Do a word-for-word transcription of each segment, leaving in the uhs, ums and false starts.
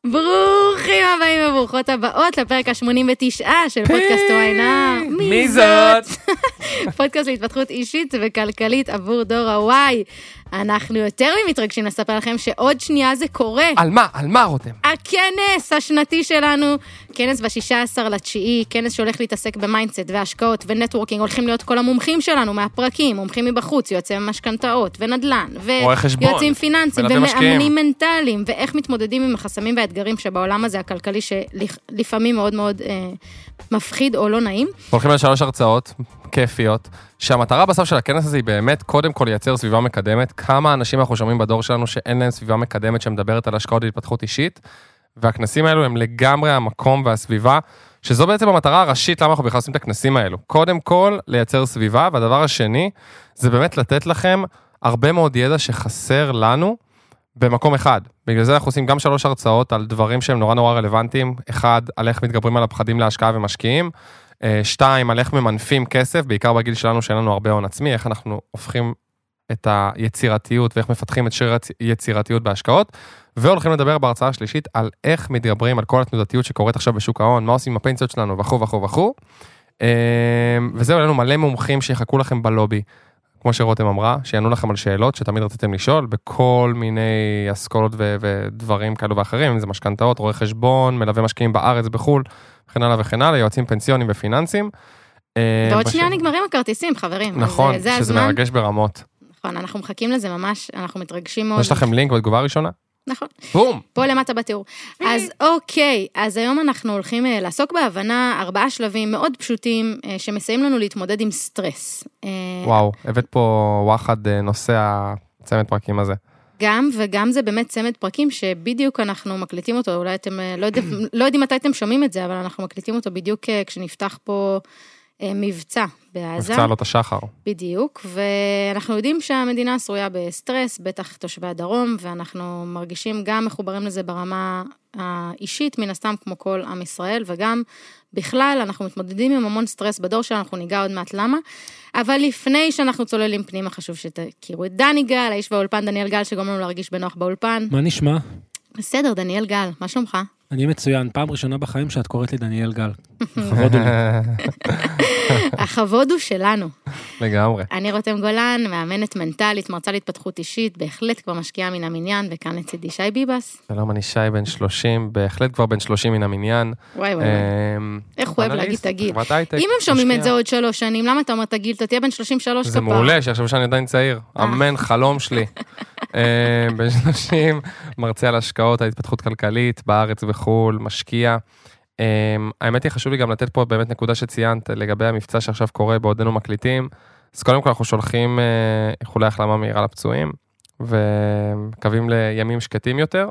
ברוכים הבאים וברוכות הבאות לפרק ה-שמונים ותשע של פודקאסט וואינה. מי זאת? פודקאסט להתפתחות אישית וכלכלית עבור דור הוואי. אנחנו יותר ממתרגשים לספר לכם שעוד שנייה זה קורה. על מה? על מה רותם? הכנס השנתי שלנו, כנס ב-שישה עשר לתשיעי, כנס שהולך להתעסק במיינדסט והשקעות ונטוורקינג, הולכים להיות כל המומחים שלנו מהפרקים, מומחים מבחוץ, יועצי משכנתאות ונדל"ן, ויועצים פיננסיים ומאמנים מנטליים, ואיך מתמודדים עם החסמים והאתגרים שבעולם הזה הכלכלי שלפעמים מאוד מאוד אה, מפחיד או לא נעים. הולכים לשלוש הרצאות כיפיות, שהמטרה בסוף של הכנס הזה היא באמת קודם כל לייצר סביבה מקדמת. כמה אנשים אנחנו שומעים בדור שלנו שאין להם סביבה מקדמת שמדברת על השקעות והתפתחות אישית, והכנסים האלו הם לגמרי המקום והסביבה, שזו בעצם המטרה הראשית למה אנחנו בכלל עושים את הכנסים האלו. קודם כל לייצר סביבה, והדבר השני זה באמת לתת לכם הרבה מאוד ידע שחסר לנו במקום אחד. בגלל זה אנחנו עושים גם שלוש הרצאות על דברים שהם נורא נורא רלוונטיים. אחד, על איך מתגברים על הפחדים להשקעה ומשקיעים. שתיים, על איך ממנפים כסף, בעיקר בגיל שלנו שאין לנו הרבה הון עצמי, איך אנחנו הופכים את היצירתיות ואיך מפתחים את שיר יצירתיות בהשקעות, והולכים לדבר בהרצאה השלישית על איך מתגברים על כל התנודתיות שקורית עכשיו בשוק ההון, מה עושים עם הפנסיות שלנו וכו' וכו' וכו'. וזהו, לנו מלא מומחים שיחכו לכם בלובי, כמו שרותם אמרה, שיענו לכם על שאלות שתמיד רציתם לשאול, בכל מיני אסכולות ו- ודברים כאלו ואחרים, אם זה משכנתאות, רואי חשבון, מלווה משקיעים בארץ, בחול, וכן הלאה וכן הלאה, יועצים פנסיונים ופיננסים. ועוד בש... שנייה נגמרים הכרטיסים, חברים. נכון, זה, זה שזה הזמן. מרגש ברמות. נכון, אנחנו מחכים לזה ממש, אנחנו מתרגשים מאוד. יש לכם לינק בתגובה הראשונה? נכון. בום! פה למטה בתיאור. אז אוקיי, אז היום אנחנו הולכים לעסוק בהבנה ארבעה שלבים מאוד פשוטים, שמסייעים לנו להתמודד עם סטרס. וואו, הבאת פה וואחד נושא הצמד פרקים הזה. גם, וגם זה באמת צמד פרקים שבדיוק אנחנו מקליטים אותו, אולי אתם לא יודעים, לא יודעים מתי אתם שומעים את זה, אבל אנחנו מקליטים אותו בדיוק כשנפתח פה מבצע בעזה. מבצע עלות השחר. בדיוק, ואנחנו יודעים שהמדינה שרויה בסטרס, בטח תושבי הדרום, ואנחנו מרגישים גם מחוברים לזה ברמה האישית, מן הסתם כמו כל עם ישראל, וגם בכלל אנחנו מתמודדים עם המון סטרס בדור שלנו, אנחנו ניגע עוד מעט למה, אבל לפני שאנחנו צוללים פנימה, חשוב שתכירו את דני גל, האיש באולפן, דניאל גל, שגורם לנו להרגיש בנוח באולפן. מה נשמע? בסדר, דניאל גל, מה שלומך? אני מצוין, פעם ראשונה בחיים שאת קוראת לי דניאל גל. הכבוד הוא לי. הכבוד הוא שלנו. לגמרי. אני רותם גולן, מאמנת מנטלית, מרצה להתפתחות אישית, בהחלט כבר משקיעה מן המניין, וכאן לצידי שי ביבס. שלום, אני שי בן שלושים, בהחלט כבר בן שלושים מן המניין. וואי וואי. איך הוא אוהב להגיד תגיל. אם הם שומעים את זה עוד שלוש שנים, למה אתה אומר תגיל, אתה תהיה בן שלושים ושלוש כפר. זה מעולה, שעכשיו שאני עדיין צעיר. אמן, חלום שלי. בן שלושים, מרצה על השקעות, על התפתחות כלכלית, בארץ וחול, משקיע. האמת היא, חשוב לי גם לתת פה באמת נקודה שציינת לגבי המבצע שעכשיו קורה בעודנו מקליטים. אז קודם כל אנחנו שולחים איחולי החלמה מהירה לפצועים, ומקווים לימים שקטים יותר.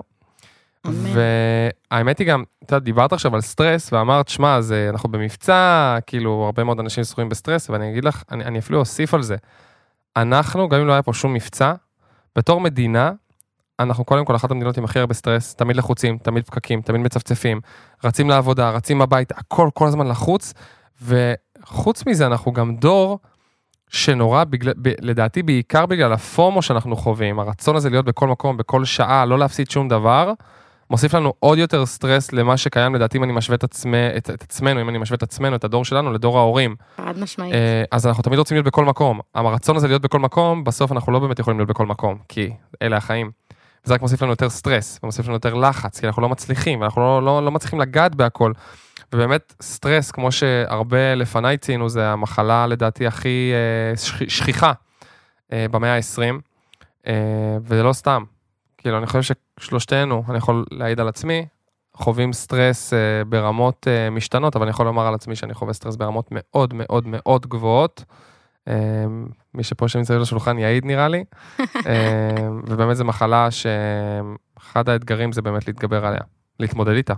והאמת היא גם, אתה יודע, דיברת עכשיו על סטרס, ואמרת, שמה, אנחנו במבצע, כאילו, הרבה מאוד אנשים שרויים בסטרס, ואני אגיד לך, אני, אני אפילו אוסיף על זה. אנחנו, גם אם לא היה פה שום מבצע, בתור מדינה, אנחנו קודם כל אחת המדינות עם הכי הרבה סטרס, תמיד לחוצים, תמיד פקקים, תמיד מצפצפים, רצים לעבודה, רצים הביתה, הכל כל הזמן לחוץ, וחוץ מזה אנחנו גם דור שנורא, בגלל, ב, לדעתי בעיקר בגלל הפורמו שאנחנו חווים, הרצון הזה להיות בכל מקום, בכל שעה, לא להפסיד שום דבר, מוסיף לנו עוד יותר סטרס למה שקיים, לדעתי אם אני משווה את, עצמי, את, את עצמנו, אם אני משווה את עצמנו, את הדור שלנו, לדור ההורים. חד משמעית. אז אנחנו תמיד רוצים להיות בכל מקום. הרצון הזה להיות בכל מקום, בסוף אנחנו לא באמת יכולים להיות בכל מקום, כי אלה החיים. וזה רק מוסיף לנו יותר סטרס, ומוסיף לנו יותר לחץ, כי אנחנו לא מצליחים, ואנחנו לא, לא, לא מצליחים לגעת בהכל. ובאמת סטרס, כמו שהרבה לפניי ציינו, זה המחלה לדעתי הכי שכיחה במאה ה-עשרים, וזה לא סתם. כאילו, אני חושב ששלושתנו, אני יכול להעיד על עצמי, חווים סטרס אה, ברמות אה, משתנות, אבל אני יכול לומר על עצמי שאני חווה סטרס ברמות מאוד מאוד מאוד גבוהות. אה, מי שפה שמסביב לשולחן יעיד נראה לי. אה, ובאמת זו מחלה שאחד האתגרים זה באמת להתגבר עליה, להתמודד איתה.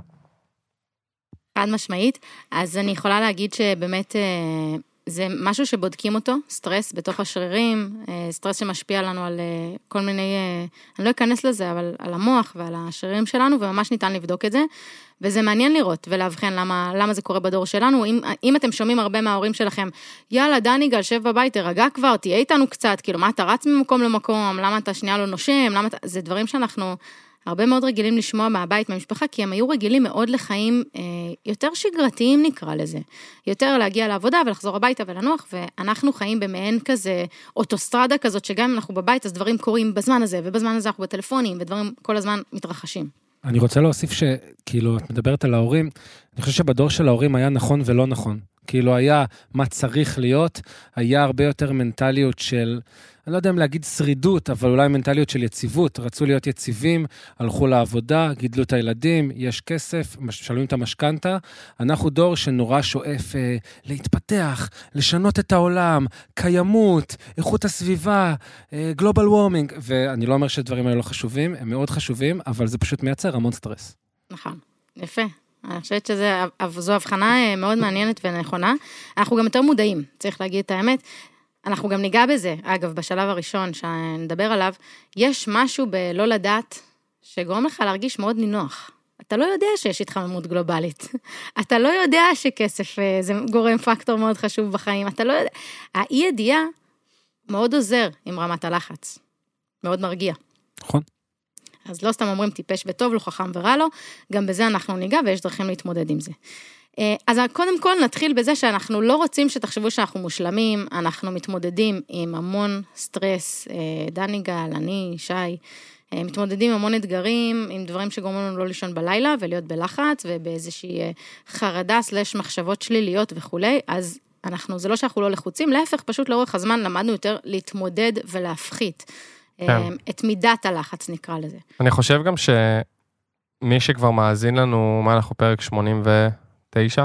חד משמעית. אז אני יכולה להגיד שבאמת אה, זה משהו שבודקים אותו, סטרס בתוך השרירים, סטרס שמשפיע לנו על כל מיני, אני לא אכנס לזה, אבל על המוח ועל השרירים שלנו, וממש ניתן לבדוק את זה, וזה מעניין לראות ולהבחן למה, למה זה קורה בדור שלנו. אם, אם אתם שומעים הרבה מההורים שלכם, יאללה, דני גל, שב בבית, תרגע כבר, תהיה איתנו קצת, כאילו, מה אתה רץ ממקום למקום, למה אתה שנייה לא נושם, למה אתה, זה דברים שאנחנו הרבה מאוד רגילים לשמוע מהבית, מהמשפחה, כי הם היו רגילים מאוד לחיים אה, יותר שגרתיים נקרא לזה. יותר להגיע לעבודה ולחזור הביתה ולנוח, ואנחנו חיים במעין כזה אוטוסטרדה כזאת, שגם אם אנחנו בבית, אז דברים קורים בזמן הזה, ובזמן הזה אנחנו בטלפונים, ודברים כל הזמן מתרחשים. אני רוצה להוסיף שכאילו, את מדברת על ההורים, אני חושב שבדור של ההורים היה נכון ולא נכון. כאילו היה מה צריך להיות, היה הרבה יותר מנטליות של, אני לא יודע אם להגיד שרידות, אבל אולי מנטליות של יציבות, רצו להיות יציבים, הלכו לעבודה, גידלו את הילדים, יש כסף, משלמים את המשכנתה, אנחנו דור שנורא שואף אה, להתפתח, לשנות את העולם, קיימות, איכות הסביבה, אה, גלובל וורמינג, ואני לא אומר שהדברים האלה לא חשובים, הם מאוד חשובים, אבל זה פשוט מייצר המון סטרס. נכון, יפה. אני חושבת שזו הבחנה מאוד מעניינת ונכונה. אנחנו גם יותר מודעים, צריך להגיד את האמת. אנחנו גם ניגע בזה, אגב, בשלב הראשון שנדבר עליו, יש משהו בלא לדעת שגורם לך להרגיש מאוד נינוח. אתה לא יודע שיש התחממות גלובלית. אתה לא יודע שכסף זה גורם פקטור מאוד חשוב בחיים. אתה לא יודע. האי ידיעה מאוד עוזר עם רמת הלחץ. מאוד מרגיע. נכון. אז לא סתם אומרים טיפש וטוב, לא חכם ורע לו, גם בזה אנחנו ניגע ויש דרכים להתמודד עם זה. אז קודם כל נתחיל בזה שאנחנו לא רוצים שתחשבו שאנחנו מושלמים, אנחנו מתמודדים עם המון סטרס, דני גל, אני, שי, מתמודדים עם המון אתגרים, עם דברים שגורמים לנו לא לישון בלילה ולהיות בלחץ ובאיזושהי חרדה סלש מחשבות שליליות וכו'. אז אנחנו, זה לא שאנחנו לא לחוצים, להפך, פשוט לאורך הזמן למדנו יותר להתמודד ולהפחית. את מידת הלחץ נקרא לזה. אני חושב גם שמי שכבר מאזין לנו, מה אנחנו פרק שמונים ותשע,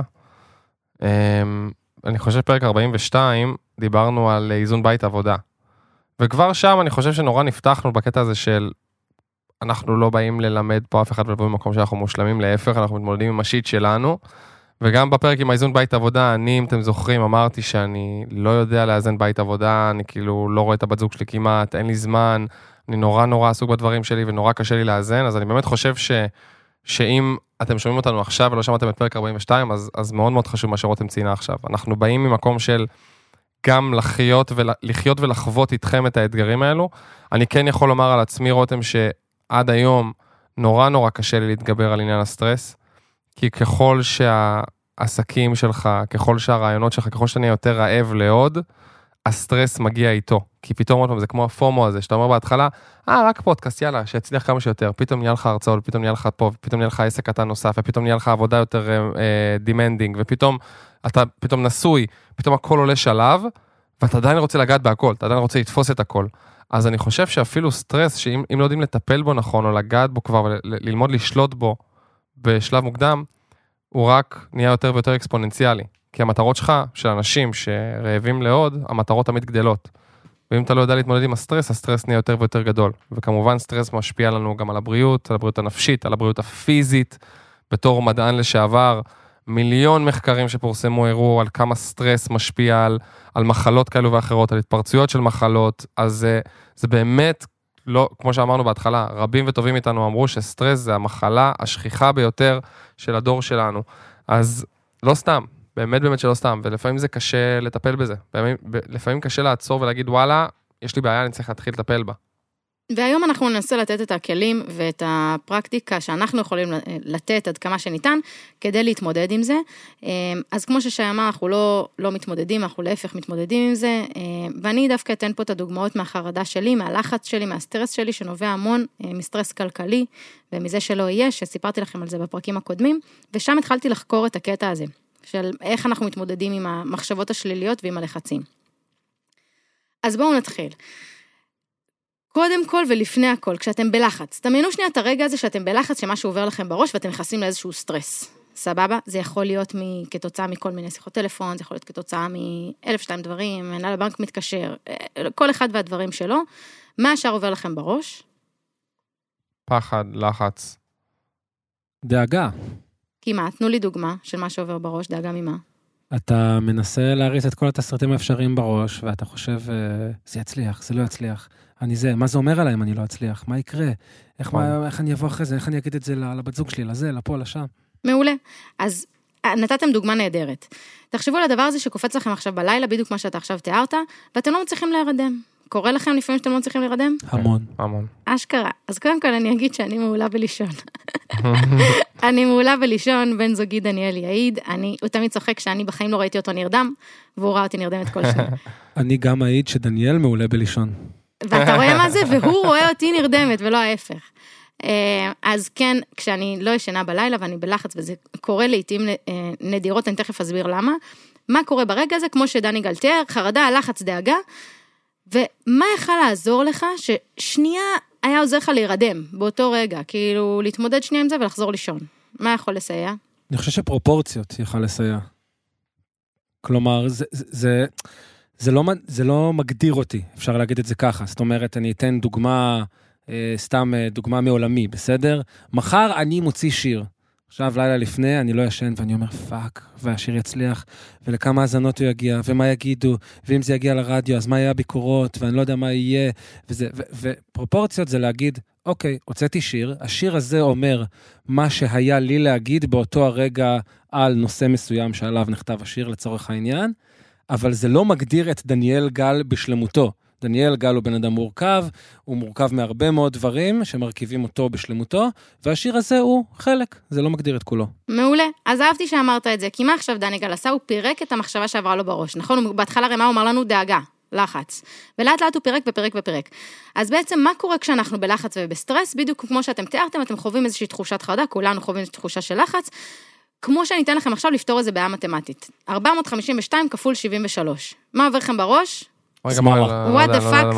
אני חושב פרק ארבעים ושתיים, דיברנו על איזון בית עבודה. וכבר שם אני חושב שנורא נפתחנו בקטע הזה של, אנחנו לא באים ללמד פה אף אחד ולבוא במקום שאנחנו מושלמים, להפך, אנחנו מתמודדים עם השיט שלנו, וגם בפרק עם האיזון בית עבודה, אני, אם אתם זוכרים, אמרתי שאני לא יודע לאזן בית עבודה, אני כאילו לא רואה את הבת זוג שלי כמעט, אין לי זמן, אני נורא נורא עסוק בדברים שלי, ונורא קשה לי לאזן, אז אני באמת חושב ש, שאם אתם שומעים אותנו עכשיו, ולא שמעתם את פרק ארבעים ושתיים, אז, אז מאוד מאוד חשוב מה שרותם ציינה עכשיו. אנחנו באים ממקום של גם לחיות, ול, לחיות ולחוות איתכם את האתגרים האלו. אני כן יכול לומר על עצמי, רותם, שעד היום נורא נורא קשה לי להתגבר על עניין הסטרס, כי ככל שהעסקים שלך, ככל שהרעיונות שלך, ככל שאתה נהיה יותר רעב לעוד, הסטרס מגיע איתו. כי פתאום עוד פעם, זה כמו הפומו הזה, שאתה אומר בהתחלה, אה, רק פודקאסט, יאללה, שיצליח כמה שיותר, פתאום נהיה לך הרצאות, פתאום נהיה לך פה, פתאום נהיה לך עסק קטן נוסף, ופתאום נהיה לך עבודה יותר דימנדינג, ופתאום אתה פתאום נשוי, פתאום הכל עולה שלב, ואתה עדיין רוצה לגעת בהכל, אתה עדיין רוצה לתפוס את הכל. אז אני חושב שאפילו סטרס, שאם לא יודעים לטפל בו נכון, או לגעת בו כבר, וללמוד לשלוט בו בשלב מוקדם, הוא רק נהיה יותר ויותר אקספוננציאלי. כי המטרות שלך, של אנשים שרעבים לעוד, המטרות תמיד גדלות. ואם אתה לא יודע להתמודד עם הסטרס, הסטרס נהיה יותר ויותר גדול. וכמובן סטרס משפיע לנו גם על הבריאות, על הבריאות הנפשית, על הבריאות הפיזית. בתור מדען לשעבר, מיליון מחקרים שפורסמו הראו על כמה סטרס משפיע על, על מחלות כאלו ואחרות, על התפרצויות של מחלות. אז זה, זה באמת, לא, כמו שאמרנו בהתחלה, רבים וטובים איתנו אמרו שסטרס זה המחלה השכיחה ביותר של הדור שלנו. אז לא סתם. באמת באמת שלא סתם, ולפעמים זה קשה לטפל בזה. לפעמים, לפעמים קשה לעצור ולהגיד, וואלה, יש לי בעיה, אני צריך להתחיל לטפל בה. והיום אנחנו ננסה לתת את הכלים ואת הפרקטיקה שאנחנו יכולים לתת עד כמה שניתן, כדי להתמודד עם זה. אז כמו ששי אמר, אנחנו לא, לא מתמודדים, אנחנו להפך מתמודדים עם זה, ואני דווקא אתן פה את הדוגמאות מהחרדה שלי, מהלחץ שלי, מהסטרס שלי, שנובע המון מסטרס כלכלי, ומזה שלא יהיה, שסיפרתי לכם על זה בפרקים הקודמים, ושם התחלתי לחקור את הקטע הזה. של איך אנחנו מתמודדים עם המחשבות השליליות ועם הלחצים. אז בואו נתחיל. קודם כל ולפני הכל, כשאתם בלחץ, תמיינו שנייה את הרגע הזה שאתם בלחץ, שמשהו עובר לכם בראש ואתם נכנסים לאיזשהו סטרס. סבבה? זה יכול להיות כתוצאה מכל מיני שיחות טלפון, זה יכול להיות כתוצאה מאלף שתיים דברים, מנהל הבנק מתקשר, כל אחד והדברים שלו. מה השאר עובר לכם בראש? פחד, לחץ. דאגה. כמעט, תנו לי דוגמה של מה שעובר בראש, דאגה ממה. אתה מנסה להריץ את כל התסריטים האפשריים בראש, ואתה חושב, זה יצליח, זה לא יצליח. אני זה, מה זה אומר עליי אם אני לא אצליח? מה יקרה? איך, מה, איך אני אבוא אחרי זה? איך אני אגיד את זה לבת זוג שלי, לזה, לפה, לשם? מעולה. אז נתתם דוגמה נהדרת. תחשבו על הדבר הזה שקופץ לכם עכשיו בלילה, בדיוק מה שאתה עכשיו תיארת, ואתם לא מצליחים להירדם. קורה לכם לפעמים שאתם לא צריכים להירדם? המון. המון. אשכרה. אז קודם כל אני אגיד שאני מעולה בלישון. אני מעולה בלישון, בן זוגי דניאל יעיד, אני, הוא תמיד צוחק שאני בחיים לא ראיתי אותו נרדם, והוא ראה אותי נרדמת כל שנייה. אני גם מעיד שדניאל מעולה בלישון. ואתה רואה מה זה? והוא רואה אותי נרדמת, ולא ההפך. אז כן, כשאני לא ישנה בלילה, ואני בלחץ, וזה קורה לעתים נדירות, אני תכף אסביר למה, מה קורה ברגע הזה, כמו שדני גלתר, חרדה, לחץ, דאגה, ומה יכול לעזור לך ששנייה היה עוזר לך להירדם באותו רגע, כאילו להתמודד שנייה עם זה ולחזור לישון? מה יכול לסייע? אני חושב שפרופורציות יכול לסייע. כלומר, זה, זה, זה, זה, לא, זה לא מגדיר אותי, אפשר להגיד את זה ככה. זאת אומרת, אני אתן דוגמה, סתם דוגמה מעולמי, בסדר? מחר אני מוציא שיר. עכשיו, לילה לפני, אני לא ישן, ואני אומר, פאק, והשיר יצליח, ולכמה האזנות הוא יגיע, ומה יגידו, ואם זה יגיע לרדיו, אז מה יהיה הביקורות, ואני לא יודע מה יהיה, וזה, ו, ופרופורציות זה להגיד, אוקיי, הוצאתי שיר, השיר הזה אומר מה שהיה לי להגיד באותו הרגע על נושא מסוים שעליו נכתב השיר לצורך העניין, אבל זה לא מגדיר את דניאל גל בשלמותו. דניאל גל הוא בן אדם מורכב, הוא מורכב מהרבה מאוד דברים שמרכיבים אותו בשלמותו, והשיר הזה הוא חלק, זה לא מגדיר את כולו. מעולה, אז אהבתי שאמרת את זה, כי מה עכשיו דני גל עשה? הוא פירק את המחשבה שעברה לו בראש, נכון? הוא בהתחלה רמה הוא אמר לנו דאגה, לחץ, ולאט לאט הוא פירק ופרק ופרק. אז בעצם מה קורה כשאנחנו בלחץ ובסטרס? בדיוק כמו שאתם תיארתם, אתם חווים איזושהי תחושת חרדה, כולנו חווים איזושהי תחושה של לחץ, כמו שאני אתן לכם עכשיו לפתור את זה בעיה מתמטית. ארבע מאות חמישים ושתיים כפול שבעים ושלוש. מה עובר לכם בראש? שמאלה. What the fuck?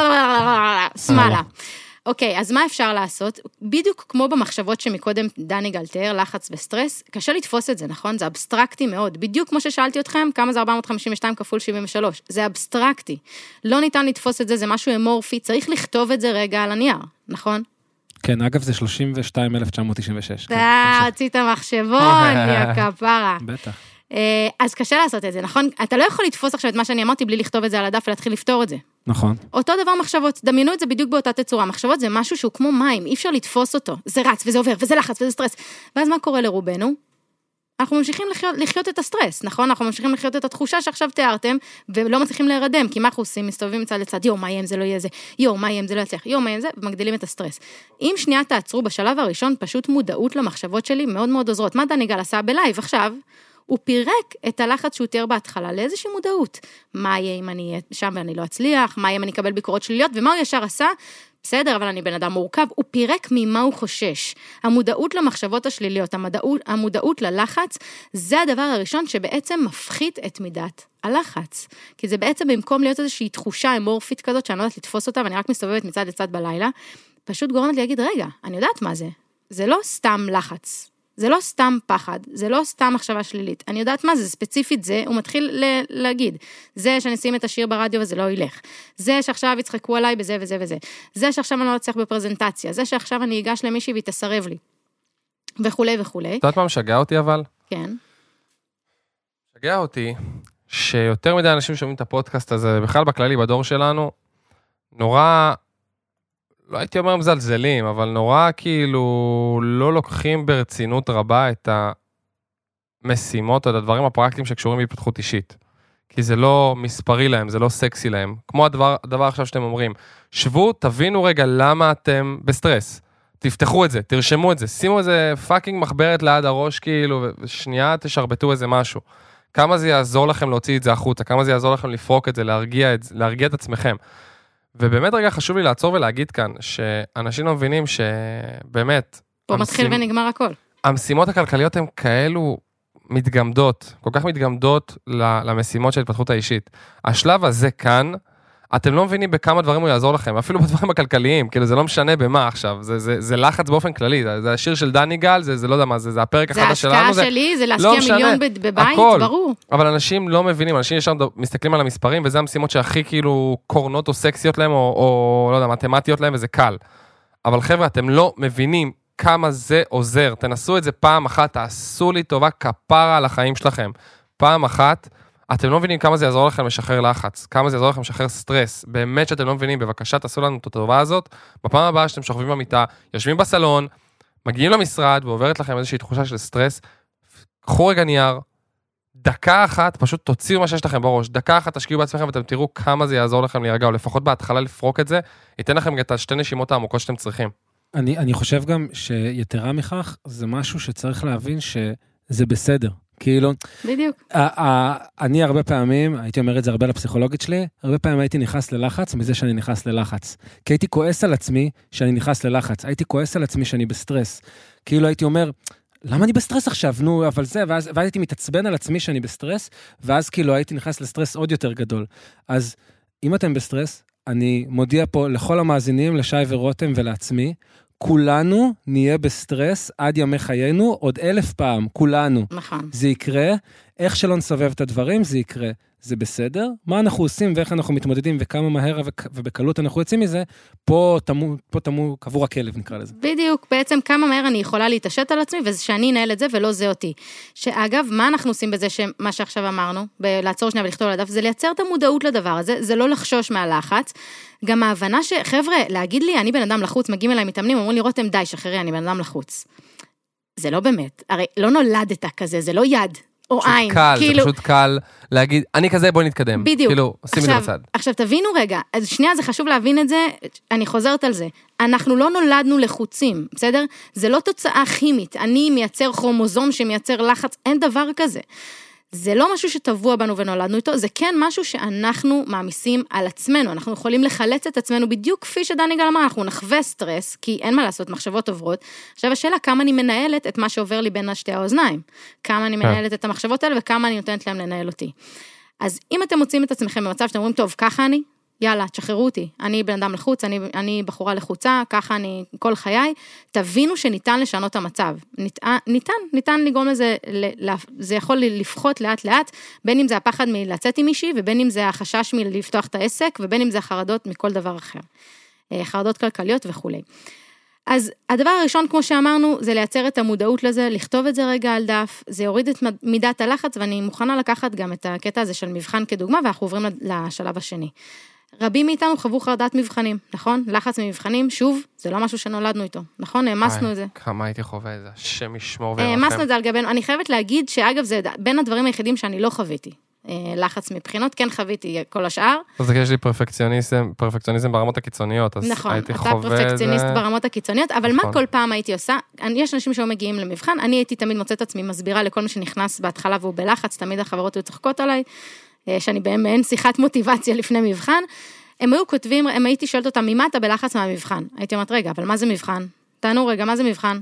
שמאלה. אוקיי, אז מה אפשר לעשות? בדיוק כמו במחשבות שמקודם דני גלתר, לחץ וסטרס, קשה לתפוס את זה, נכון? זה אבסטרקטי מאוד. בדיוק כמו ששאלתי אתכם, כמה זה ארבע מאות חמישים ושתיים כפול שבעים ושלוש? זה אבסטרקטי. לא ניתן לתפוס את זה, זה משהו אמורפי, צריך לכתוב את זה רגע על הנייר, נכון? כן, אגב זה שלושים ושתיים אלף תשע מאות תשעים ושש. אה, הוצאת מחשבון, יא כפרה. בטח. אז קשה לעשות את זה, נכון? אתה לא יכול לתפוס עכשיו את מה שאני אמרתי בלי לכתוב את זה על הדף ולהתחיל לפתור את זה. נכון. אותו דבר מחשבות, דמיינו את זה בדיוק באותה תצורה. מחשבות זה משהו שהוא כמו מים, אי אפשר לתפוס אותו. זה רץ וזה עובר וזה לחץ וזה סטרס. ואז מה קורה לרובנו? אנחנו ממשיכים לחיות, לחיות את הסטרס, נכון? אנחנו ממשיכים לחיות את התחושה שעכשיו תיארתם, ולא מצליחים להירדם, כי מה אנחנו עושים? מסתובבים מצד לצד, יו, מה יהיה אם זה לא יהיה זה? יו, מה יהיה אם זה לא יצליח? יו, מה יהיה אם זה? ומגדילים את הסטרס. אם שנייה תעצרו בשלב הראשון, פשוט מודעות למחשבות שלי מאוד מאוד עוזרות. מה דני גל עשה בלייב עכשיו? הוא פירק את הלחץ שהוא תיאר בהתחלה לאיזושהי מודעות. מה יהיה אם אני אהיה שם ואני לא אצליח? מה יהיה אם אני אקבל ביקורות שליליות? ומה הוא ישר עשה? בסדר, אבל אני בן אדם מורכב. הוא פירק ממה הוא חושש. המודעות למחשבות השליליות, המודעות, המודעות ללחץ, זה הדבר הראשון שבעצם מפחית את מידת הלחץ. כי זה בעצם במקום להיות איזושהי תחושה אמורפית כזאת, שאני לא יודעת לתפוס אותה, ואני רק מסתובבת מצד לצד בלילה, פשוט גורמת לי להגיד, רגע, אני יודעת מה זה. זה לא סתם לחץ. זה לא סתם פחד, זה לא סתם מחשבה שלילית. אני יודעת מה זה, ספציפית זה, הוא מתחיל ל- להגיד, זה שאני אשים את השיר ברדיו וזה לא ילך. זה שעכשיו יצחקו עליי בזה וזה וזה. זה שעכשיו אני לא אצליח בפרזנטציה. זה שעכשיו אני אגש למישהי והיא תסרב לי. וכולי וכולי. את יודעת מה משגע אותי אבל? כן. משגע אותי שיותר מדי אנשים שומעים את הפודקאסט הזה, בכלל בכללי בדור שלנו, נורא... לא הייתי אומר מזלזלים, אבל נורא כאילו לא לוקחים ברצינות רבה את המשימות או את הדברים הפרקטיים שקשורים בהתפתחות אישית. כי זה לא מספרי להם, זה לא סקסי להם. כמו הדבר, הדבר עכשיו שאתם אומרים, שבו, תבינו רגע למה אתם בסטרס. תפתחו את זה, תרשמו את זה, שימו איזה פאקינג מחברת ליד הראש כאילו, ושנייה תשרבטו איזה משהו. כמה זה יעזור לכם להוציא את זה החוצה, כמה זה יעזור לכם לפרוק את זה, להרגיע את, להרגיע את עצמכם. ובאמת רגע חשוב לי לעצור ולהגיד כאן, שאנשים לא מבינים שבאמת... פה המשימ... מתחיל ונגמר הכל. המשימות הכלכליות הן כאלו מתגמדות, כל כך מתגמדות למשימות של התפתחות האישית. השלב הזה כאן, אתם לא מבינים בכמה דברים הוא יעזור לכם, אפילו בדברים הכלכליים, כאילו זה לא משנה במה עכשיו, זה, זה, זה לחץ באופן כללי, זה, זה השיר של דני גל, זה, זה לא יודע מה, זה, זה הפרק החדש שלנו. זה ההשקעה שלי, זה להשקיע לא מיליון בבית, הכל. ברור. אבל אנשים לא מבינים, אנשים ישר מסתכלים על המספרים, וזה המשימות שהכי כאילו קורנות או סקסיות להם, או, או לא יודע, מתמטיות להם, וזה קל. אבל חבר'ה, אתם לא מבינים כמה זה עוזר, תנסו את זה פעם אחת, תעשו לי טובה כפרה על החיים שלכם. פעם אחת, אתם לא מבינים כמה זה יעזור לכם לשחרר לחץ, כמה זה יעזור לכם לשחרר סטרס, באמת שאתם לא מבינים, בבקשה תעשו לנו את הטובה הזאת, בפעם הבאה שאתם שוכבים במיטה, יושבים בסלון, מגיעים למשרד, ועוברת לכם איזושהי תחושה של סטרס, קחו רגע נייר, דקה אחת, פשוט תוציאו מה שיש לכם בראש, דקה אחת תשקיעו בעצמכם, ואתם תראו כמה זה יעזור לכם להירגע, או לפחות בהתחלה לפרוק את זה, ייתן לכם את השתי נשימות העמוקות שאתם צריכים. אני, אני חושב גם שיתרה מכך, זה משהו שצריך להבין שזה בסדר. כאילו, בדיוק. אני הרבה פעמים, הייתי אומר את זה הרבה לפסיכולוגית שלי, הרבה פעמים הייתי נכנס ללחץ מזה שאני נכנס ללחץ. כי הייתי כועס על עצמי שאני נכנס ללחץ, הייתי כועס על עצמי שאני בסטרס. כאילו הייתי אומר, למה אני בסטרס עכשיו? נו, אבל זה, ואז, ואז הייתי מתעצבן על עצמי שאני בסטרס, ואז כאילו הייתי נכנס לסטרס עוד יותר גדול. אז אם אתם בסטרס, אני מודיע פה לכל המאזינים, לשי ורותם ולעצמי, כולנו נהיה בסטרס עד ימי חיינו, עוד אלף פעם, כולנו. נכון. זה יקרה, איך שלא נסובב את הדברים, זה יקרה. זה בסדר? מה אנחנו עושים ואיך אנחנו מתמודדים וכמה מהר ובקלות אנחנו יוצאים מזה, פה תמו, פה תמו, קבור הכלב נקרא לזה. בדיוק, בעצם כמה מהר אני יכולה להתעשת על עצמי, ושאני אנהל את זה ולא זה אותי. שאגב, מה אנחנו עושים בזה שמה שעכשיו אמרנו, בלעצור שנייה ולכתוב על הדף, זה לייצר את המודעות לדבר הזה, זה לא לחשוש מהלחץ, גם ההבנה שחבר'ה, להגיד לי, אני בן אדם לחוץ, מגיעים אליי מתאמנים, אומרים לי, רותם די, שחררי, אני בן אדם לחוץ. זה לא באמת, הרי לא נולדת כזה, זה לא יד. או עין. קל, כאילו... זה פשוט קל להגיד, אני כזה, בואי נתקדם. בדיוק. כאילו, עושים את זה בצד. עכשיו, תבינו רגע, אז שנייה, זה חשוב להבין את זה, אני חוזרת על זה. אנחנו לא נולדנו לחוצים, בסדר? זה לא תוצאה כימית. אני מייצר כרומוזום שמייצר לחץ, אין דבר כזה. זה לא משהו שטבוע בנו ונולדנו איתו, זה כן משהו שאנחנו מעמיסים על עצמנו, אנחנו יכולים לחלץ את עצמנו בדיוק כפי שדני גל אמר, אנחנו נחווה סטרס, כי אין מה לעשות, מחשבות עוברות. עכשיו השאלה, כמה אני מנהלת את מה שעובר לי בין שתי האוזניים, כמה אני מנהלת את המחשבות האלה, וכמה אני נותנת להם לנהל אותי. אז אם אתם מוצאים את עצמכם במצב שאתם אומרים, טוב, ככה אני, יאללה, תשחררו אותי, אני בן אדם לחוץ, אני, אני בחורה לחוצה, ככה אני כל חיי, תבינו שניתן לשנות את המצב, ניתן, ניתן, ניתן לגרום לזה, זה יכול לפחות לאט לאט, בין אם זה הפחד מלצאת עם מישהי, ובין אם זה החשש מלפתוח את העסק, ובין אם זה החרדות מכל דבר אחר, חרדות כלכליות וכו'. אז הדבר הראשון, כמו שאמרנו, זה לייצר את המודעות לזה, לכתוב את זה רגע על דף, זה יוריד את מידת הלחץ, ואני מוכנה לקחת גם את הקטע הזה של מבחן כדוגמה, ואנחנו עוברים לשלב השני. רבים מאיתנו חוו חרדת מבחנים, נכון? לחץ ממבחנים, שוב, זה לא משהו שנולדנו איתו, נכון? העמסנו את זה. כמה הייתי חווה את זה, השם ישמור וירחם. העמסנו את זה על גבינו, אני חייבת להגיד שאגב, זה בין הדברים היחידים שאני לא חוויתי. לחץ מבחינות, כן חוויתי כל השאר. אז יש לי פרפקציוניזם, פרפקציוניזם ברמות הקיצוניות, אז נכון, הייתי אתה חווה פרפקציוניסט זה... ברמות הקיצוניות, אבל נכון. מה כל פעם הייתי עושה? יש אנשים שהיו מגיעים למבחן, אני הייתי תמיד מוצאת עצמי מסבירה לכל מי שנכנס בהתחלה והוא בלחץ, תמיד החברות היו צוחקות עליי, שאני באין שיחת מוטיבציה לפני מבחן, הם היו כותבים, הם הייתי שואלת אותם, ממה אתה בלחץ מהמבחן? הייתי אומרת, רגע, אבל מה זה מבחן? תענו רגע, מה זה מבחן?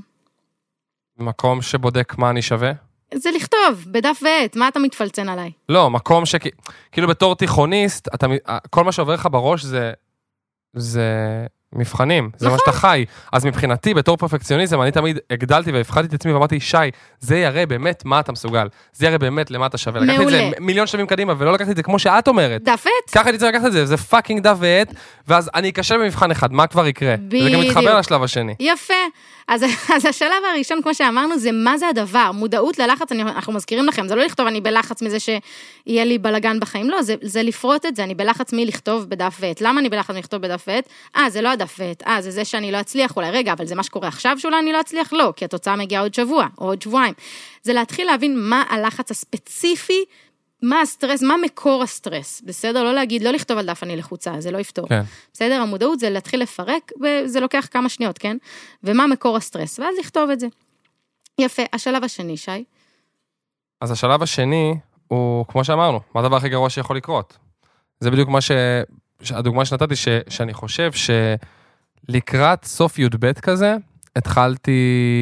מקום שבודק מה אני שווה? זה לכתוב, בדף ועט, מה אתה מתפלצן עליי? לא, מקום ש... כאילו בתור תיכוניסט, אתה... כל מה שעובר לך בראש זה... זה... מבחנים, זה מה שאתה חי. אז מבחינתי, בתור פרפקציוניזם, אני תמיד הגדלתי והפחדתי את עצמי ואמרתי, שי, זה יראה באמת מה אתה מסוגל. זה יראה באמת למה אתה שווה. לקחתי את זה מיליון שלבים קדימה, ולא לקחתי את זה כמו שאת אומרת. דף ועט? ככה אני צריך לקחת את זה, זה פאקינג דף ועט, ואז אני אקשר במבחן אחד, מה כבר יקרה? וזה גם מתחבר לשלב השני. יפה. אז, אז השלב הראשון, כמו שאמרנו, זה מה זה הדבר. מודעות ללחץ, אני, אנחנו מזכירים לכם, זה לא לכתוב אני בלחץ מזה שיהיה לי בלגן בחיים, לא, זה, זה לפרוט את זה, אני בלחץ מי לכתוב בדף ועט. למה אני בלחץ מי לכתוב בדף ועט? אה, זה לא הדף ועט, אה, זה זה שאני לא אצליח, אולי רגע, אבל זה מה שקורה עכשיו שאולי אני לא אצליח? לא, כי התוצאה מגיעה עוד שבוע, או עוד שבועיים. זה להתחיל להבין מה הלחץ הספציפי, מה הסטרס, מה מקור הסטרס, בסדר? לא להגיד, לא לכתוב על דף אני לחוצה, זה לא יפתור. כן. בסדר? המודעות זה להתחיל לפרק, וזה לוקח כמה שניות, כן? ומה מקור הסטרס, ואז לכתוב את זה. יפה, השלב השני, שי. אז השלב השני, הוא, כמו שאמרנו, מה הדבר הכי גרוע שיכול לקרות? זה בדיוק מה ש... הדוגמה שנתתי, ש... שאני חושב שלקראת סוף י' ב' כזה, התחלתי...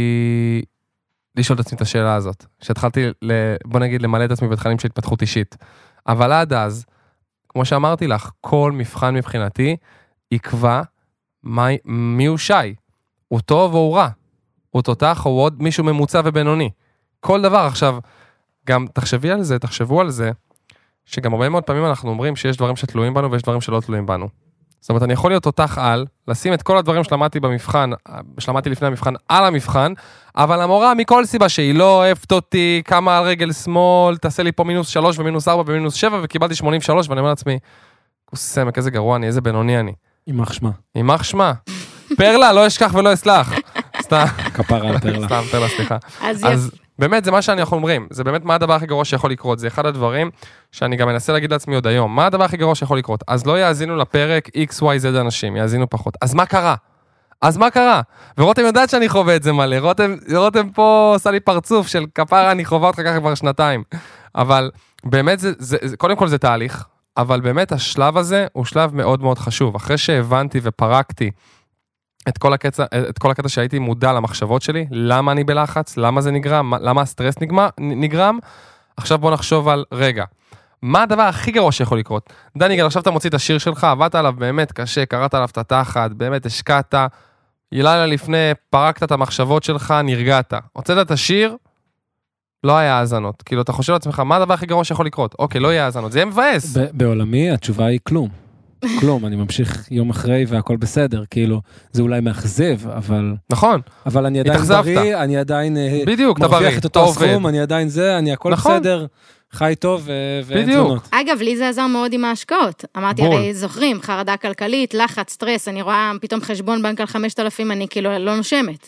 לשאול את עצמי את השאלה הזאת, שהתחלתי, בוא נגיד, למלא את עצמי בתכנים של התפתחות אישית. אבל עד אז, כמו שאמרתי לך, כל מבחן מבחינתי יקבע מי, מי הוא שי. הוא טוב או הוא רע. הוא תותח או עוד מישהו ממוצע ובינוני. כל דבר. עכשיו, גם תחשבי על זה, תחשבו על זה, שגם הרבה מאוד פעמים אנחנו אומרים שיש דברים שתלויים בנו ויש דברים שלא תלויים בנו. זאת אומרת, אני יכול להיות תותח על, לשים את כל הדברים שלמדתי במבחן, שלמדתי לפני המבחן, על המבחן, אבל המורה מכל סיבה שהיא לא אוהבת אותי, כמה על רגל שמאל, תעשה לי פה מינוס שלוש ומינוס ארבע ומינוס שבע, וקיבלתי שמונים ושלוש, ואני אומר לעצמי, כוסמק, איזה גרוע אני, איזה בינוני אני. יימח שמה. יימח שמה. פרלה, לא אשכח ולא אסלח. סתם. כפרה על פרלה. סתם, פרלה, סליחה. אז, אז, באמת, זה מה שאנחנו אומרים, זה באמת מה הדבר הכי גרוע שיכול לקרות, זה אחד הדברים שאני גם מנסה להגיד לעצמי עוד היום, מה הדבר הכי גרוע שיכול לקרות? אז לא יאזינו לפרק X Y Z אנשים, יאזינו פחות. אז מה קרה? אז מה קרה? ורותם יודעת שאני חווה את זה מלא, רותם, רותם פה עושה לי פרצוף של כפרה, אני חווה אותך ככה כבר שנתיים. אבל באמת, זה, זה, זה, קודם כל זה תהליך, אבל באמת השלב הזה הוא שלב מאוד מאוד חשוב. אחרי שהבנתי ופרקתי את כל הקטע, את כל הקטע שהייתי מודע למחשבות שלי, למה אני בלחץ, למה זה נגרם, למה הסטרס נגמר, נגרם, עכשיו בוא נחשוב על רגע. מה הדבר הכי גרוע שיכול לקרות? דניגל, עכשיו אתה מוציא את השיר שלך, עבדת עליו באמת קשה, קראת עליו את התחת, באמת השקעת, לילה לפני, פרקת את המחשבות שלך, נרגעת. הוצאת את השיר, לא היה האזנות. כאילו, אתה חושב לעצמך, מה הדבר הכי גרוע שיכול לקרות? אוקיי, לא יהיה האזנות, זה יהיה מבאס. בעולמי, התשובה היא כלום. כלום, אני ממשיך יום אחרי והכל בסדר, כאילו, זה אולי מאכזב, אבל... נכון. אבל אני עדיין בריא, אני עדיין... בדיוק, אתה בריא, מרוויח את אותו הסכום, אני עדיין זה, אני הכל בסדר. חי טוב ואין תלונות. אגב, לי זה עזר מאוד עם ההשקעות. אמרתי, הרי זוכרים, חרדה כלכלית, לחץ, סטרס, אני רואה פתאום חשבון בנק על חמשת אלפים, אני כאילו לא נושמת.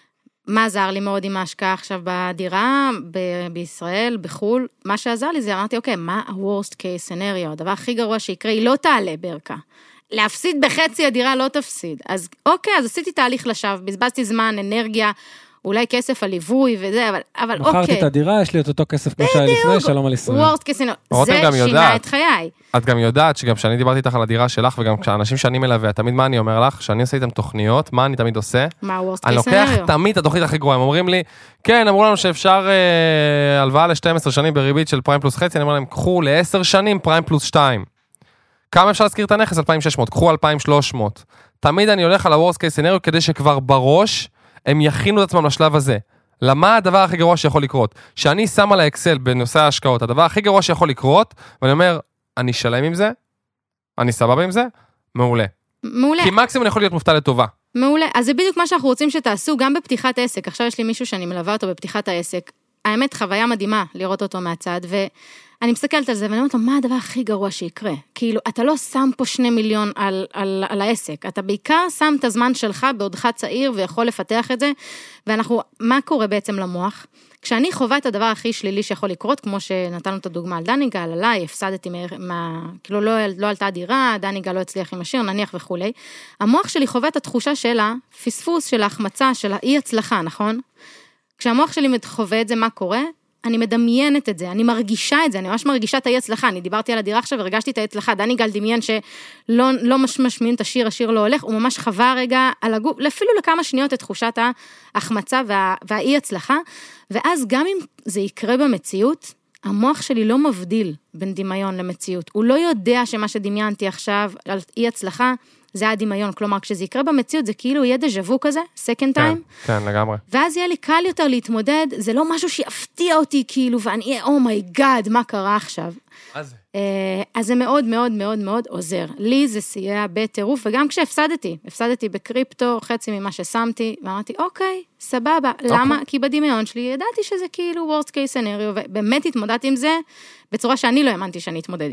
מה עזר לי מאוד עם ההשקעה עכשיו בדירה, ב- בישראל, בחול? מה שעזר לי זה, אמרתי, אוקיי, מה ה-worst case scenario? הדבר הכי גרוע שיקרה, היא לא תעלה ברכה. להפסיד בחצי הדירה לא תפסיד. אז אוקיי, אז עשיתי תהליך לשווא, בזבזתי זמן, אנרגיה, אולי כסף על ליווי וזה, אבל, אבל אוקיי. מכרתי את הדירה, יש לי את אותו כסף כמו שהיה לפני, שלום על ישראל. וורסט קסנו, זה שינה את חיי. את גם יודעת שגם כשאני דיברתי איתך על הדירה שלך, וגם כשאנשים שאני מלווה, תמיד מה אני אומר לך? שאני עושה איתם תוכניות, מה אני תמיד עושה? מה וורסט אני לוקח תמיד את התוכנית הכי גרועה, הם אומרים לי, כן, אמרו לנו שאפשר אה, הלוואה ל-שתים עשרה שנים בריבית של פריים פלוס חצי, אני אומר להם, קחו ל-עשר שנים פריים פלוס שתיים. כמה אפשר להזכיר את הנכס? אלפיים ושש מאות, קחו אלפיים ושלוש מאות. תמיד אני הולך על ה-worst case scenario כדי שכבר בראש הם יכינו את עצמם לשלב הזה. למה הדבר הכי גרוע שיכול לקרות? שאני שם על האקסל בנושא ההשקעות, הדבר הכי גרוע שיכול לקרות, ואני אומר, אני שלם עם זה, אני סבבה עם זה, מעולה. מעולה. כי מקסימום אני יכול להיות מופתע לטובה. מעולה. אז זה בדיוק מה שאנחנו רוצים שתעשו, גם בפתיחת עסק. עכשיו יש לי מישהו שאני מלווה אותו בפתיחת העסק. האמת, חוויה מדהימה לראות אותו מהצד, ואני מסתכלת על זה, ואני אומרת לו, מה הדבר הכי גרוע שיקרה? כאילו, אתה לא שם פה שני מיליון על, על, על העסק, אתה בעיקר שם את הזמן שלך בעודך צעיר, ויכול לפתח את זה, ואנחנו, מה קורה בעצם למוח? כשאני חווה את הדבר הכי שלילי שיכול לקרות, כמו שנתנו את הדוגמה על דניגל, עליי, הפסדתי מה, כאילו לא, לא עלתה דירה, דניגל לא הצליח עם השיר, נניח וכו'. המוח שלי חווה את התחושה של הפספוס, של ההחמצה, של האי הצלחה, נכון? כשהמוח שלי חווה את זה, מה קורה? אני מדמיינת את זה, אני מרגישה את זה, אני ממש מרגישה את האי הצלחה, אני דיברתי על הדירה עכשיו והרגשתי את האי הצלחה, דניגל דמיין שלא לא משמין את השיר, השיר לא הולך, הוא ממש חווה רגע על הגוף, אפילו לכמה שניות את תחושת ההחמצה וה, והאי הצלחה, ואז גם אם זה יקרה במציאות, המוח שלי לא מבדיל בין דמיון למציאות, הוא לא יודע שמה שדמיינתי עכשיו על אי הצלחה, זה הדמיון, כלומר, כשזה יקרה במציאות, זה כאילו יהיה דז'וו כזה, second time. כן, כן, לגמרי. ואז יהיה לי קל יותר להתמודד, זה לא משהו שיפתיע אותי, כאילו, ואני אהיה, אומייגאד, מה קרה עכשיו? מה זה? אז זה מאוד מאוד מאוד מאוד עוזר. לי זה סייע בטירוף, וגם כשהפסדתי, הפסדתי בקריפטו, חצי ממה ששמתי, ואמרתי, אוקיי, סבבה, למה? כי בדמיון שלי ידעתי שזה כאילו worst case scenario, ובאמת התמודדתי עם זה, בצורה שאני לא האמנתי שאני אתמודד.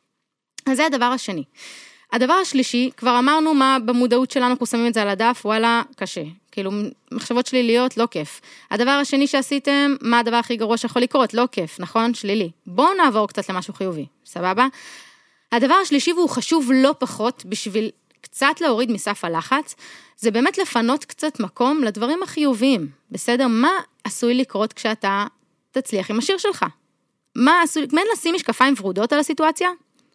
אז זה הדבר השני. הדבר השלישי, כבר אמרנו מה במודעות שלנו, אנחנו שמים את זה על הדף, וואלה, קשה. כאילו, מחשבות שליליות, לא כיף. הדבר השני שעשיתם, מה הדבר הכי גרוע שיכול לקרות? לא כיף, נכון? שלילי. בואו נעבור קצת למשהו חיובי, סבבה? הדבר השלישי, והוא חשוב לא פחות, בשביל קצת להוריד מסף הלחץ, זה באמת לפנות קצת מקום לדברים החיוביים. בסדר? מה עשוי לקרות כשאתה תצליח עם השיר שלך? מה עשוי, מן לשים משקפיים ורודות על הסיטואציה?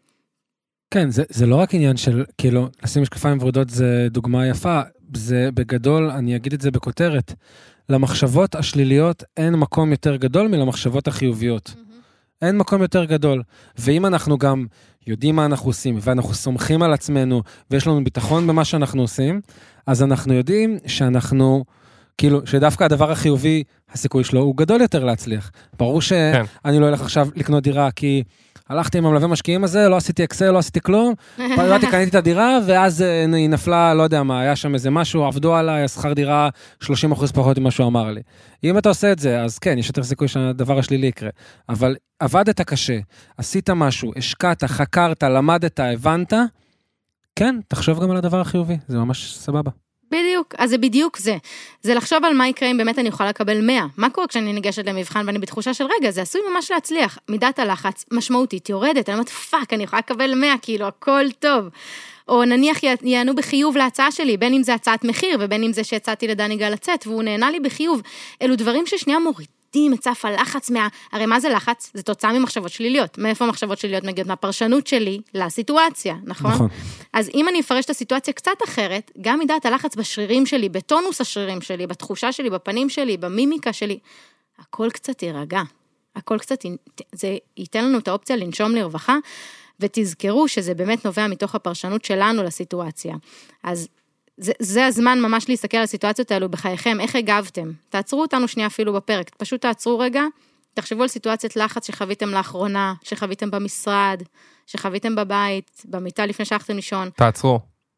כן, זה, זה לא רק עניין של, כאילו, לשים משקפיים ורודות זה דוגמה יפה, זה בגדול, אני אגיד את זה בכותרת, למחשבות השליליות אין מקום יותר גדול מלמחשבות החיוביות. Mm-hmm. אין מקום יותר גדול. ואם אנחנו גם יודעים מה אנחנו עושים, ואנחנו סומכים על עצמנו, ויש לנו ביטחון במה שאנחנו עושים, אז אנחנו יודעים שאנחנו, כאילו, שדווקא הדבר החיובי, הסיכוי שלו הוא גדול יותר להצליח. ברור שאני כן. לא אלך עכשיו לקנות דירה, כי הלכתי עם המלווה משקיעים הזה, לא עשיתי אקסל, לא עשיתי כלום, פרדתי, קניתי את הדירה, ואז היא נפלה, לא יודע מה, היה שם איזה משהו, עבדו עליי, שכר דירה שלושים אחוז פחות ממה שהוא אמר לי. אם אתה עושה את זה, אז כן, יש יותר סיכוי שהדבר השלילי יקרה. אבל עבדת קשה, עשית משהו, השקעת, חקרת, למדת, הבנת, כן, תחשוב גם על הדבר החיובי, זה ממש סבבה. בדיוק, אז זה בדיוק זה. זה לחשוב על מה יקרה אם באמת אני יכולה לקבל מאה. מה קורה כשאני ניגשת למבחן ואני בתחושה של רגע, זה עשוי ממש להצליח. מידת הלחץ משמעותית יורדת, אני אומרת, פאק, אני יכולה לקבל מאה, כאילו, הכל טוב. או נניח יענו בחיוב להצעה שלי, בין אם זה הצעת מחיר, ובין אם זה שהצעתי לדני גל לצאת, והוא נהנה לי בחיוב. אלו דברים ששנייה מורידים את סף הלחץ מה... הרי מה זה לחץ? זה תוצאה ממחשבות שליליות. מאיפה המחשבות שליליות מגיעות? מהפרשנות שלי לסיטואציה, נכון? נכון. אז אם אני אפרש את הסיטואציה קצת אחרת, גם מידת הלחץ בשרירים שלי, בטונוס השרירים שלי, בתחושה שלי, בפנים שלי, במימיקה שלי, הכל קצת יירגע. הכל קצת, זה ייתן לנו את האופציה לנשום לרווחה, ותזכרו שזה באמת נובע מתוך הפרשנות שלנו לסיטואציה. אז זה, זה הזמן ממש להסתכל על הסיטואציות האלו בחייכם, איך הגבתם? תעצרו אותנו שנייה אפילו בפרק, פשוט תעצרו רגע, תחשבו על סיטואציית לחץ שחוויתם לאחרונה, שחוויתם במשרד, שחוויתם בבית, במיטה לפני שהלכתם לישון. תעצרו.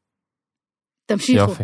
תמשיכו. יופי.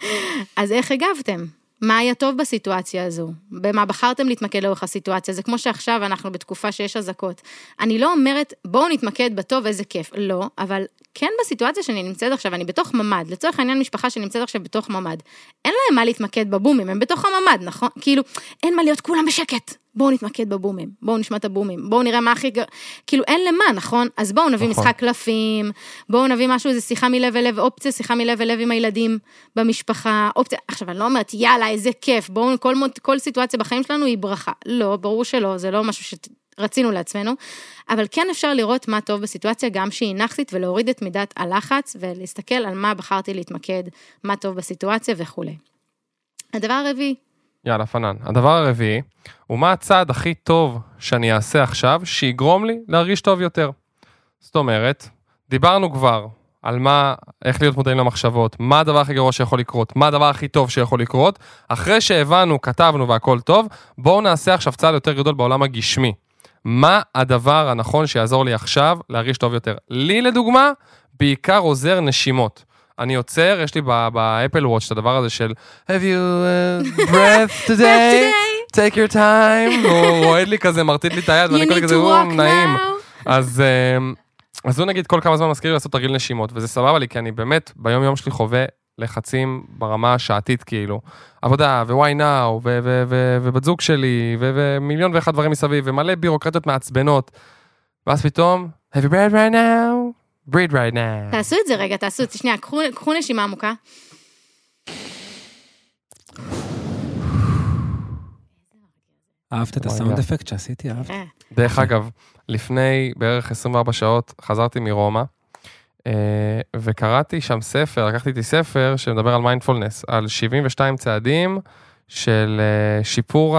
אז איך הגבתם? מה היה טוב בסיטואציה הזו? במה בחרתם להתמקד לאורך הסיטואציה? זה כמו שעכשיו אנחנו בתקופה שיש הזקות. אני לא אומרת, בואו נתמקד בטוב, איזה כיף. לא, אבל כן בסיטואציה שאני נמצאת עכשיו, אני בתוך ממד, לצורך העניין משפחה שנמצאת עכשיו בתוך ממד. אין להם מה להתמקד בבומים, הם בתוך הממד, נכון? כאילו, אין מה להיות כולם בשקט. בואו נתמקד בבומים, בואו נשמע את הבומים, בואו נראה מה הכי... כאילו, אין למה, נכון? אז בואו נביא נכון. משחק קלפים, בואו נביא משהו, איזה שיחה מלב אל לב, אופציה, שיחה מלב אל לב עם הילדים במשפחה, אופציה... עכשיו, אני לא אומרת, יאללה, איזה כיף, בואו, כל, כל סיטואציה בחיים שלנו היא ברכה. לא, ברור שלא, זה לא משהו שרצינו לעצמנו, אבל כן אפשר לראות מה טוב בסיטואציה, גם שהיא נחסית, ולהוריד את מידת הלחץ, ולהסתכל על מה בחרתי להתמקד, מה טוב בסיטואציה וכו'. הדבר הרביעי, יאללה, פנן. הדבר הרביעי, הוא מה הצעד הכי טוב שאני אעשה עכשיו, שיגרום לי להרגיש טוב יותר. זאת אומרת, דיברנו כבר על מה, איך להיות מודעים למחשבות, מה הדבר הכי גרוע שיכול לקרות, מה הדבר הכי טוב שיכול לקרות. אחרי שהבנו, כתבנו והכל טוב, בואו נעשה עכשיו צעד יותר גדול בעולם הגשמי. מה הדבר הנכון שיעזור לי עכשיו להרגיש טוב יותר? לי לדוגמה, בעיקר עוזר נשימות. אני יוצר, יש לי באפל וואץ' את הדבר הזה של have you uh, breath today? take your time. הוא רועד לי כזה, מרטיט לי את היד, ואני כל כזה, הוא נעים. אז, אז הוא נגיד כל כמה זמן מזכיר לי לעשות תרגיל נשימות, וזה סבבה לי, כי אני באמת ביום יום שלי חווה לחצים ברמה השעתית כאילו, עבודה, ו-why now, ובת זוג שלי, ומיליון ואחד דברים מסביב, ומלא בירוקרטיות מעצבנות, ואז פתאום, have you breath right now? breathe right now. תעשו את זה רגע, תעשו את זה, שנייה, קחו, קחו נשימה עמוקה. אהבת את הסאונד אפקט שעשיתי, אהבת? דרך אגב, לפני בערך עשרים וארבע שעות חזרתי מרומא, וקראתי שם ספר, לקחתי איתי ספר שמדבר על מיינדפולנס, על שבעים ושתיים צעדים של שיפור,